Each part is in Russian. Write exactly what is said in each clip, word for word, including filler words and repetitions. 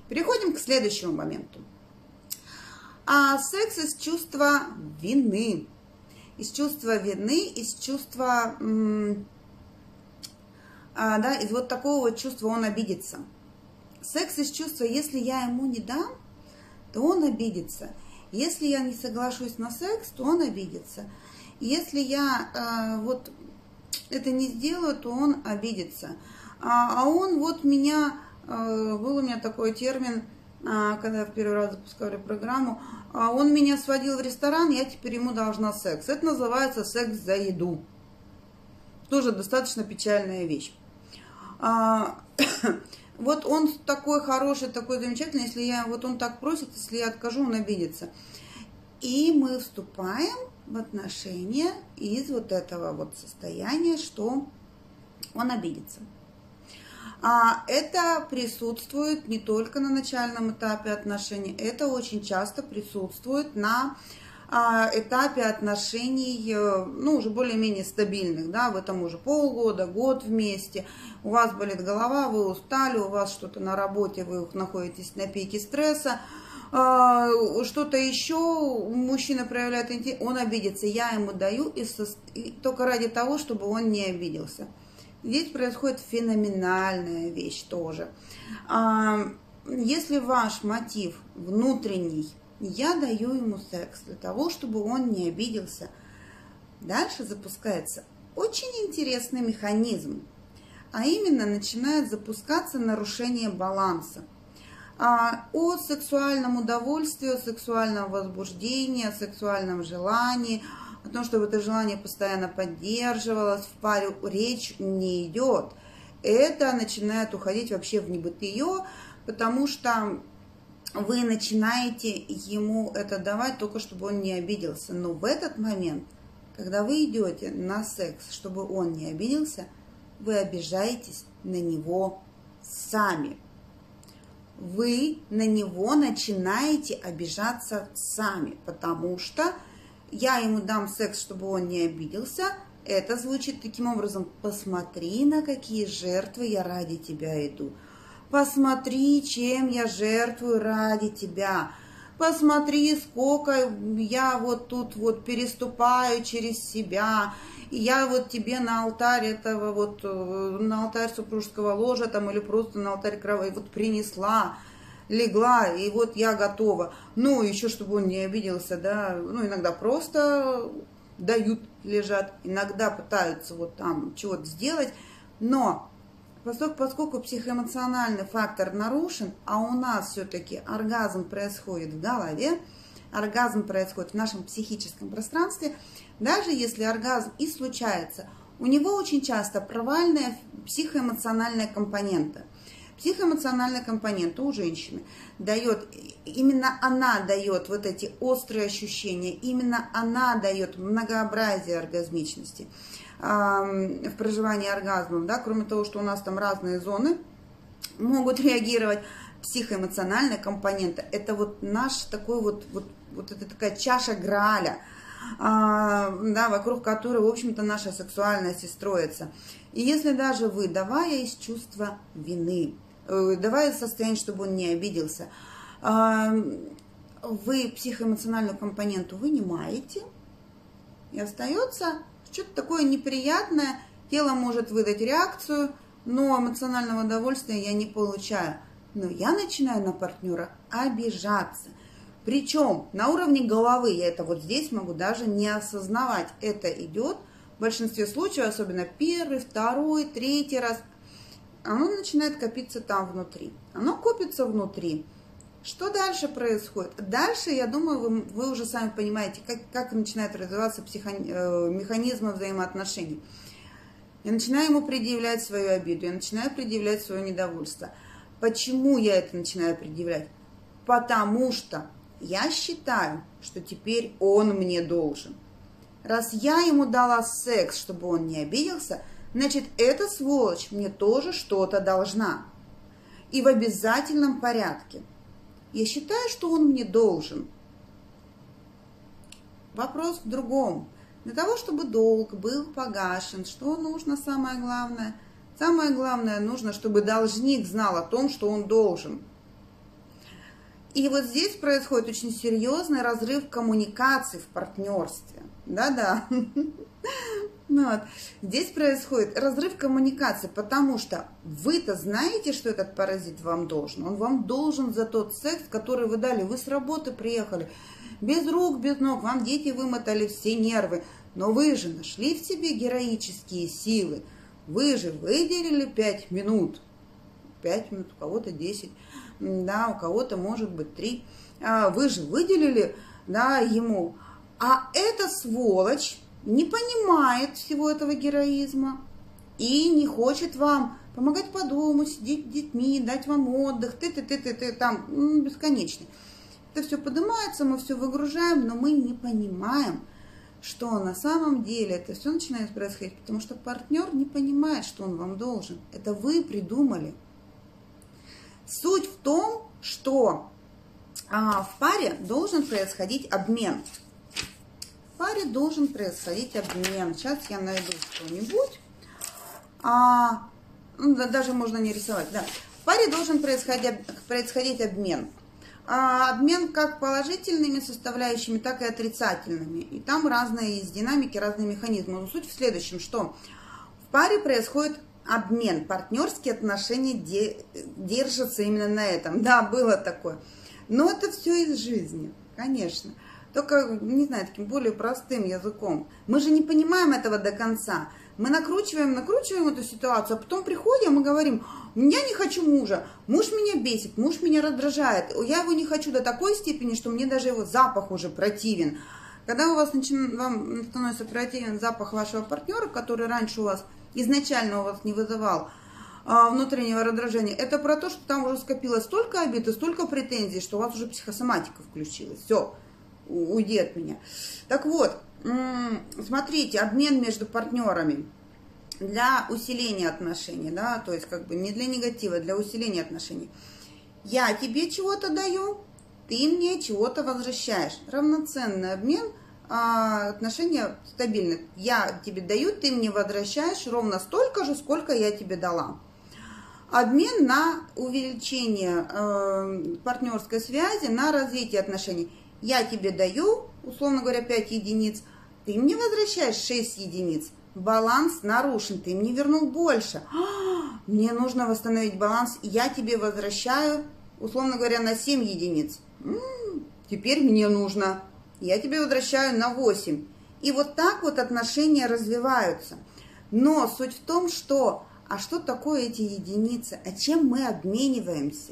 Переходим к следующему моменту. А секс из чувства вины. Из чувства вины, из чувства, а, да, из вот такого вот чувства он обидится. Секс из чувства, если я ему не дам, то он обидится. Если я не соглашусь на секс, то он обидится. Если я а, вот это не сделаю, то он обидится. А, а он вот меня, а, был у меня такой термин, а, когда в первый раз запускали программу, а, он меня сводил в ресторан, я теперь ему должна секс. Это называется секс за еду. Тоже достаточно печальная вещь. А, вот он такой хороший, такой замечательный, если я, вот он так просит, если я откажу, он обидится. И мы вступаем в отношения из вот этого вот состояния, что он обидится. А это присутствует не только на начальном этапе отношений, это очень часто присутствует на а, этапе отношений, ну, уже более-менее стабильных, да, вы там уже полгода, год вместе, у вас болит голова, вы устали, у вас что-то на работе, вы находитесь на пике стресса, а, что-то еще, мужчина проявляет интерес, он обидится, я ему даю, и со, и только ради того, чтобы он не обиделся. Здесь происходит феноменальная вещь тоже. Если ваш мотив внутренний, я даю ему секс для того, чтобы он не обиделся, дальше запускается очень интересный механизм, а именно начинает запускаться нарушение баланса. О сексуальном удовольствии, о сексуальном возбуждении, о сексуальном желании, о том, чтобы это желание постоянно поддерживалось в паре, речь не идет. Это начинает уходить вообще в небытие, потому что вы начинаете ему это давать только, чтобы он не обиделся. Но в этот момент, когда вы идете на секс, чтобы он не обиделся, вы обижаетесь на него сами. Вы на него начинаете обижаться сами, потому что я ему дам секс, чтобы он не обиделся. Это звучит таким образом: посмотри, на какие жертвы я ради тебя иду. Посмотри, чем я жертвую ради тебя. Посмотри, сколько я вот тут вот переступаю через себя. И я вот тебе на алтарь этого вот, на алтарь супружеского ложа там или просто на алтарь крови вот принесла, легла, и вот я готова. Ну, еще чтобы он не обиделся, да, ну, иногда просто дают, лежат, иногда пытаются вот там чего-то сделать, но поскольку, поскольку психоэмоциональный фактор нарушен, а у нас все-таки оргазм происходит в голове, оргазм происходит в нашем психическом пространстве, даже если оргазм и случается, у него очень часто провальная психоэмоциональная компонента. Психоэмоциональная компонента у женщины дает, именно она дает вот эти острые ощущения, именно она дает многообразие оргазмичности э, в проживании оргазмов, да, кроме того, что у нас там разные зоны могут реагировать, психоэмоциональная компонента, это вот наш такой вот, вот, вот это такая чаша Грааля, а, да, вокруг которой, в общем-то, наша сексуальность и строится. И если даже вы, давая из чувства вины, э, давая состояние, чтобы он не обиделся, э, вы психоэмоциональную компоненту вынимаете, и остается что-то такое неприятное, тело может выдать реакцию, но эмоционального удовольствия я не получаю. Но я начинаю на партнера обижаться. Причем на уровне головы, я это вот здесь могу даже не осознавать. Это идет в большинстве случаев, особенно первый, второй, третий раз. Оно начинает копиться там внутри. Оно копится внутри. Что дальше происходит? Дальше, я думаю, вы, вы уже сами понимаете, как, как начинают развиваться психо, э, механизмы взаимоотношений. Я начинаю ему предъявлять свою обиду, я начинаю предъявлять свое недовольство. Почему я это начинаю предъявлять? Потому что я считаю, что теперь он мне должен. Раз я ему дала секс, чтобы он не обиделся, значит, эта сволочь мне тоже что-то должна. И в обязательном порядке. Я считаю, что он мне должен. Вопрос в другом. Для того, чтобы долг был погашен, что нужно самое главное? Самое главное, нужно, чтобы должник знал о том, что он должен. И вот здесь происходит очень серьезный разрыв коммуникации в партнерстве. Да-да. Вот. Здесь происходит разрыв коммуникации, потому что вы-то знаете, что этот паразит вам должен. Он вам должен за тот секс, который вы дали. Вы с работы приехали, без рук, без ног, вам дети вымотали все нервы. Но вы же нашли в себе героические силы. Вы же выделили пять минут. пять минут, у кого-то десять, да, у кого-то может быть три. Вы же выделили, да, ему. А эта сволочь не понимает всего этого героизма и не хочет вам помогать по дому, сидеть с детьми, дать вам отдых, ты-ты-ты-ты-ты, там, ну, бесконечно. Это все поднимается, мы все выгружаем, но мы не понимаем, что на самом деле это все начинает происходить, потому что партнер не понимает, что он вам должен. Это вы придумали. Суть в том, что а, в паре должен происходить обмен. В паре должен происходить обмен. Сейчас я найду что-нибудь. А, ну, даже можно не рисовать. Да. В паре должен происходить, происходить обмен. А, обмен как положительными составляющими, так и отрицательными. И там разные есть динамики, разные механизмы. Но суть в следующем, что в паре происходит обмен, партнерские отношения держатся именно на этом. Да, было такое. Но это все из жизни, конечно. Только, не знаю, таким более простым языком. Мы же не понимаем этого до конца. Мы накручиваем, накручиваем эту ситуацию, а потом приходим и говорим: я не хочу мужа, муж меня бесит, муж меня раздражает, я его не хочу до такой степени, что мне даже его запах уже противен. Когда у вас начинает, вам становится противен запах вашего партнера, который раньше у вас изначально у вас не вызывал а, внутреннего раздражения, это про то, что там уже скопилось столько обид и столько претензий, что у вас уже психосоматика включилась. Все, уйди от меня. Так вот, смотрите, обмен между партнерами для усиления отношений, да, то есть как бы не для негатива, для усиления отношений. Я тебе чего-то даю, ты мне чего-то возвращаешь. Равноценный обмен, отношения стабильны. Я тебе даю, ты мне возвращаешь ровно столько же, сколько я тебе дала. Обмен на увеличение э, партнерской связи, на развитие отношений. Я тебе даю, условно говоря, пять единиц, ты мне возвращаешь шесть единиц. Баланс нарушен, ты мне вернул больше. Мне нужно восстановить баланс, я тебе возвращаю, условно говоря, на семь единиц. М-м, теперь мне нужно. Я тебе возвращаю на восемь. И вот так вот отношения развиваются. Но суть в том, что, а что такое эти единицы? А чем мы обмениваемся?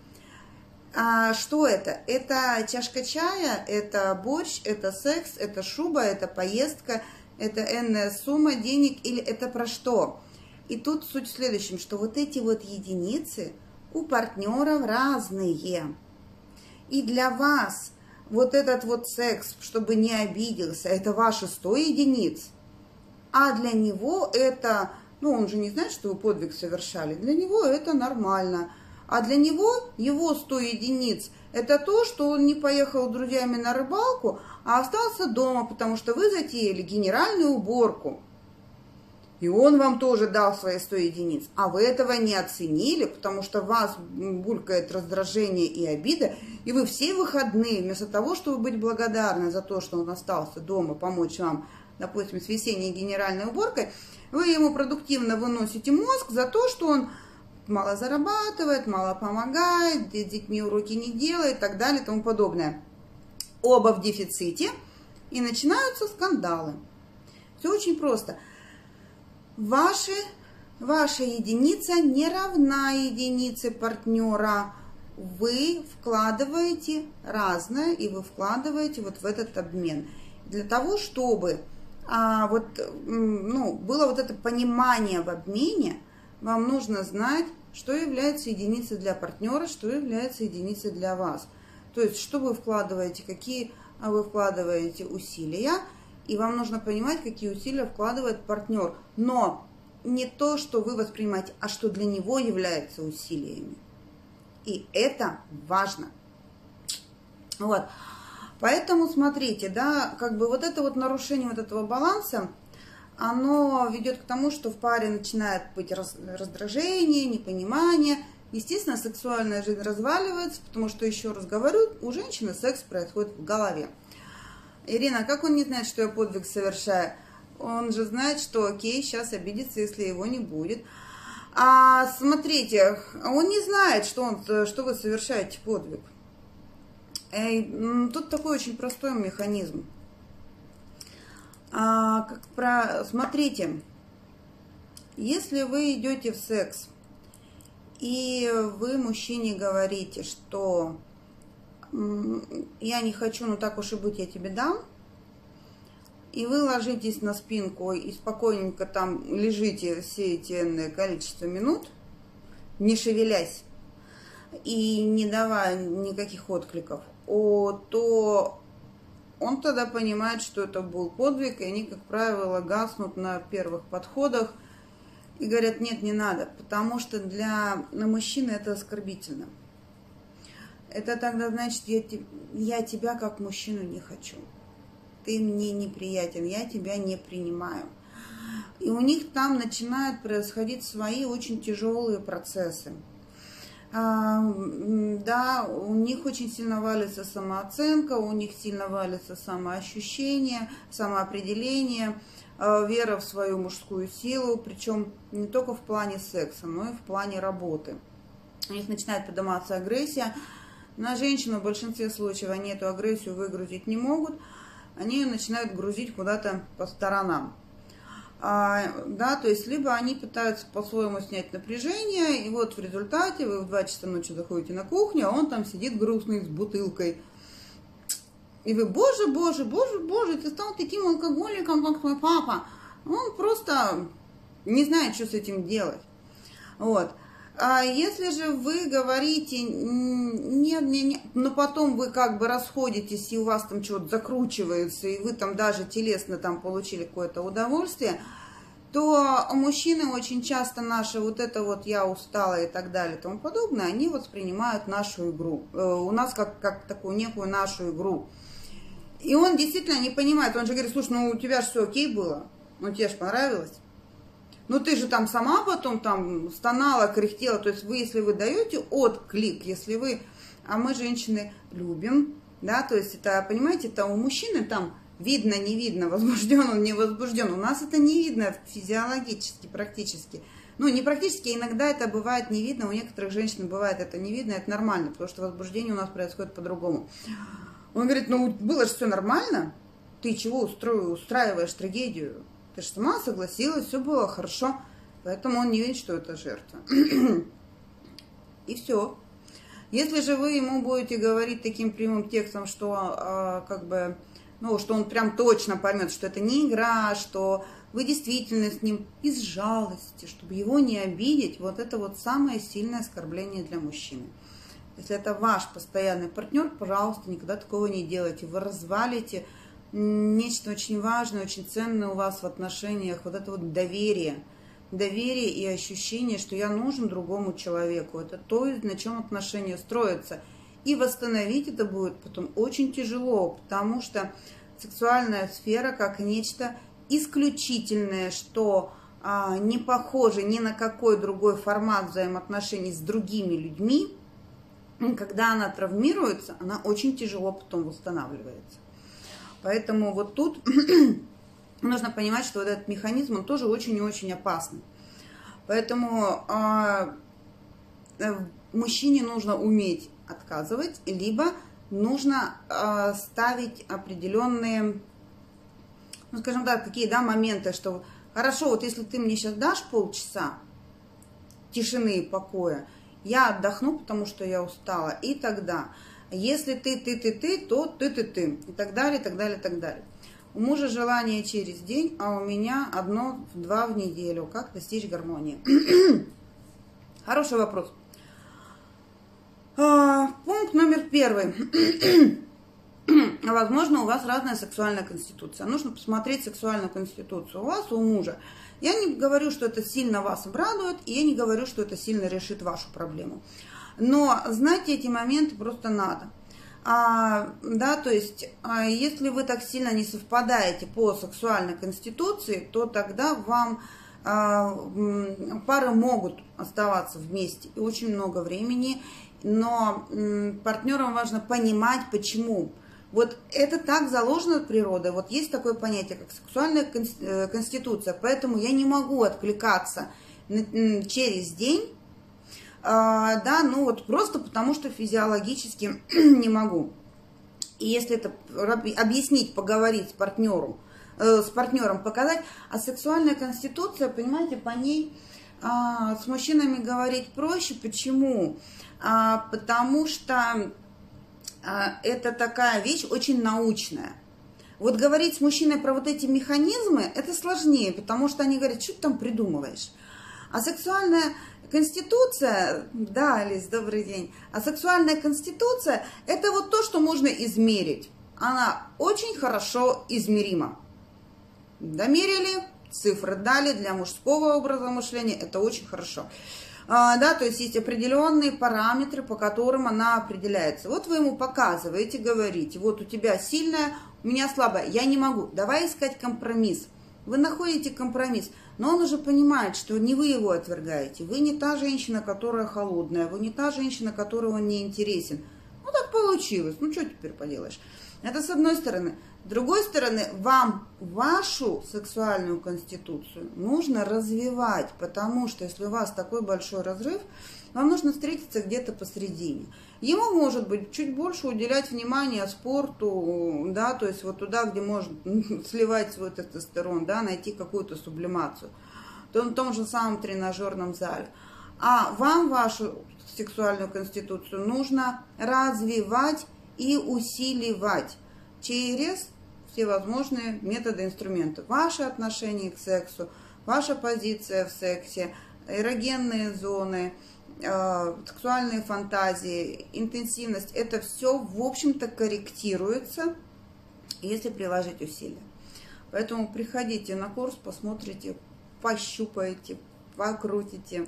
А что это? Это чашка чая, это борщ, это секс, это шуба, это поездка, это энная сумма денег или это про что? И тут суть в следующем, что вот эти вот единицы у партнеров разные. И для вас вот этот вот секс, чтобы не обиделся, это ваши сто единиц. А для него это, ну он же не знает, что вы подвиг совершали, для него это нормально. А для него его сто единиц это то, что он не поехал с друзьями на рыбалку, а остался дома, потому что вы затеяли генеральную уборку. И он вам тоже дал свои сто единиц. А вы этого не оценили, потому что вас булькает раздражение и обида. И вы все выходные, вместо того, чтобы быть благодарны за то, что он остался дома, помочь вам, допустим, с весенней генеральной уборкой, вы ему продуктивно выносите мозг за то, что он мало зарабатывает, мало помогает, с детьми уроки не делает и так далее и тому подобное. Оба в дефиците, и начинаются скандалы. Все очень просто. Ваши, ваша единица не равна единице партнера. Вы вкладываете разное, и вы вкладываете вот в этот обмен. Для того, чтобы а, вот, ну, было вот это понимание в обмене, вам нужно знать, что является единицей для партнера, что является единицей для вас. То есть, что вы вкладываете, какие вы вкладываете усилия, и вам нужно понимать, какие усилия вкладывает партнер. Но не то, что вы воспринимаете, а что для него является усилиями. И это важно. Вот. Поэтому смотрите, да, как бы вот это вот нарушение вот этого баланса, оно ведет к тому, что в паре начинает быть раздражение, непонимание, естественно, сексуальная жизнь разваливается, потому что, еще раз говорю, у женщины секс происходит в голове. Ирина, как он не знает, что я подвиг совершаю? Он же знает, что окей, сейчас обидится, если его не будет. А смотрите, он не знает, что, он, что вы совершаете подвиг. Эй, тут такой очень простой механизм. А, как про... Смотрите, если вы идете в секс, и вы мужчине говорите, что я не хочу, но так уж и быть, я тебе дам, и вы ложитесь на спинку и спокойненько там лежите все эти энное количество минут, не шевелясь и не давая никаких откликов, о, то он тогда понимает, что это был подвиг, и они, как правило, гаснут на первых подходах и говорят, нет, не надо, потому что для на мужчины это оскорбительно. Это тогда значит, я, я тебя как мужчину не хочу. Ты мне неприятен, я тебя не принимаю. И у них там начинают происходить свои очень тяжелые процессы. А, да, у них очень сильно валится самооценка, у них сильно валится самоощущение, самоопределение, вера в свою мужскую силу, причем не только в плане секса, но и в плане работы. У них начинает подниматься агрессия. На женщину в большинстве случаев они эту агрессию выгрузить не могут, они ее начинают грузить куда-то по сторонам. А, да, то есть либо они пытаются по-своему снять напряжение, и вот в результате вы в два часа ночи заходите на кухню, а он там сидит грустный с бутылкой. И вы, боже, боже, боже, боже, ты стал таким алкоголиком, как твой папа. Он просто не знает, что с этим делать. Вот. А если же вы говорите, нет, нет, нет, но потом вы как бы расходитесь, и у вас там что-то закручивается, и вы там даже телесно там получили какое-то удовольствие, то мужчины очень часто наши вот это вот я устала и так далее и тому подобное, они воспринимают нашу игру. У нас как, как такую некую нашу игру. И он действительно не понимает, он же говорит, слушай, ну у тебя же все окей было, ну тебе же понравилось. Ну, ты же там сама потом там стонала, кряхтела. То есть вы, если вы даете отклик, если вы... А мы, женщины, любим, да, то есть это, понимаете, это у мужчины там видно, не видно, возбужден он, не возбужден. У нас это не видно физиологически практически. Ну, не практически, иногда это бывает не видно. У некоторых женщин бывает это не видно, это нормально, потому что возбуждение у нас происходит по-другому. Он говорит, ну, было же все нормально. Ты чего устро... устраиваешь трагедию? Ты же сама согласилась, все было хорошо, поэтому он не видит, что это жертва. И все. Если же вы ему будете говорить таким прямым текстом, что а, как бы, ну, что он прям точно поймет, что это не игра, что вы действительно с ним из жалости, чтобы его не обидеть, вот это вот самое сильное оскорбление для мужчины. Если это ваш постоянный партнер, пожалуйста, никогда такого не делайте. Вы развалите нечто очень важное, очень ценное у вас в отношениях, вот это вот доверие. Доверие и ощущение, что я нужен другому человеку. Это то, на чем отношения строятся. И восстановить это будет потом очень тяжело, потому что сексуальная сфера как нечто исключительное, что а, не похоже ни на какой другой формат взаимоотношений с другими людьми. Когда она травмируется, она очень тяжело потом восстанавливается. Поэтому вот тут нужно понимать, что вот этот механизм, он тоже очень и очень опасный. Поэтому э, мужчине нужно уметь отказывать, либо нужно э, ставить определенные, ну, скажем так, такие, да, моменты, что хорошо, вот если ты мне сейчас дашь полчаса тишины и покоя, я отдохну, потому что я устала, и тогда... Если ты, ты, ты, ты, то ты, ты, ты. И так далее, и так далее, и так далее. У мужа желание через день, а у меня одно, два в неделю. Как достичь гармонии? Хороший вопрос. А, пункт номер первый. Возможно, у вас разная сексуальная конституция. Нужно посмотреть сексуальную конституцию у вас, у мужа. Я не говорю, что это сильно вас обрадует, и я не говорю, что это сильно решит вашу проблему. Но знать эти моменты просто надо. А, да, то есть, а, если вы так сильно не совпадаете по сексуальной конституции, то тогда вам Пары могут оставаться вместе и очень много времени, но партнерам важно понимать, почему. Вот это так заложено природой. Вот есть такое понятие, как сексуальная конституция, поэтому я не могу откликаться через день, да, ну вот просто потому, что физиологически не могу. И если это объяснить, поговорить с партнером, э, с партнером, показать, а сексуальная конституция, понимаете, по ней а, с мужчинами говорить проще. Почему? А, потому что а, это такая вещь очень научная. Вот говорить с мужчиной про вот эти механизмы, это сложнее, потому что они говорят, что ты там придумываешь. А сексуальная конституция, да, Алис, добрый день, а сексуальная конституция, это вот то, что можно измерить. Она очень хорошо измерима. Домерили, цифры дали для мужского образа мышления, это очень хорошо. А, да, то есть есть определенные параметры, по которым она определяется. Вот вы ему показываете, говорите, вот у тебя сильная, у меня слабая, я не могу, давай искать компромисс. Вы находите компромисс, но он уже понимает, что не вы его отвергаете. Вы не та женщина, которая холодная, вы не та женщина, которой он не интересен. Ну так получилось, ну что теперь поделаешь. Это с одной стороны. С другой стороны, вам вашу сексуальную конституцию нужно развивать, потому что если у вас такой большой разрыв, вам нужно встретиться где-то посередине. Ему, может быть, чуть больше уделять внимание спорту, да, то есть вот туда, где может сливать свой тестостерон, да, найти какую-то сублимацию, в том же самом тренажерном зале. А вам вашу сексуальную конституцию нужно развивать и усиливать через всевозможные методы, инструменты. Ваши отношения к сексу, ваша позиция в сексе, эрогенные зоны, сексуальные фантазии, интенсивность, это все, в общем-то, корректируется, если приложить усилия. Поэтому приходите на курс, посмотрите, пощупаете, покрутите.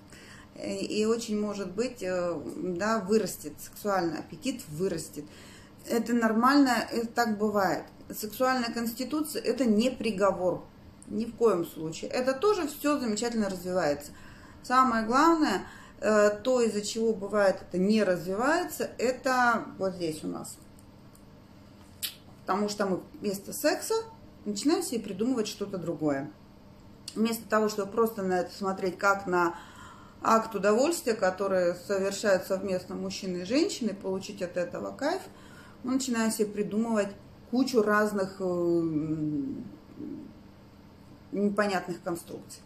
И очень, может быть, да, вырастет сексуальный аппетит, вырастет. Это нормально, это так бывает. Сексуальная конституция – это не приговор, ни в коем случае. Это тоже все замечательно развивается. Самое главное – то, из-за чего бывает это не развивается, это вот здесь у нас. Потому что мы вместо секса начинаем себе придумывать что-то другое. Вместо того, чтобы просто на это смотреть как на акт удовольствия, который совершают совместно мужчины и женщины, получить от этого кайф, мы начинаем себе придумывать кучу разных непонятных конструкций.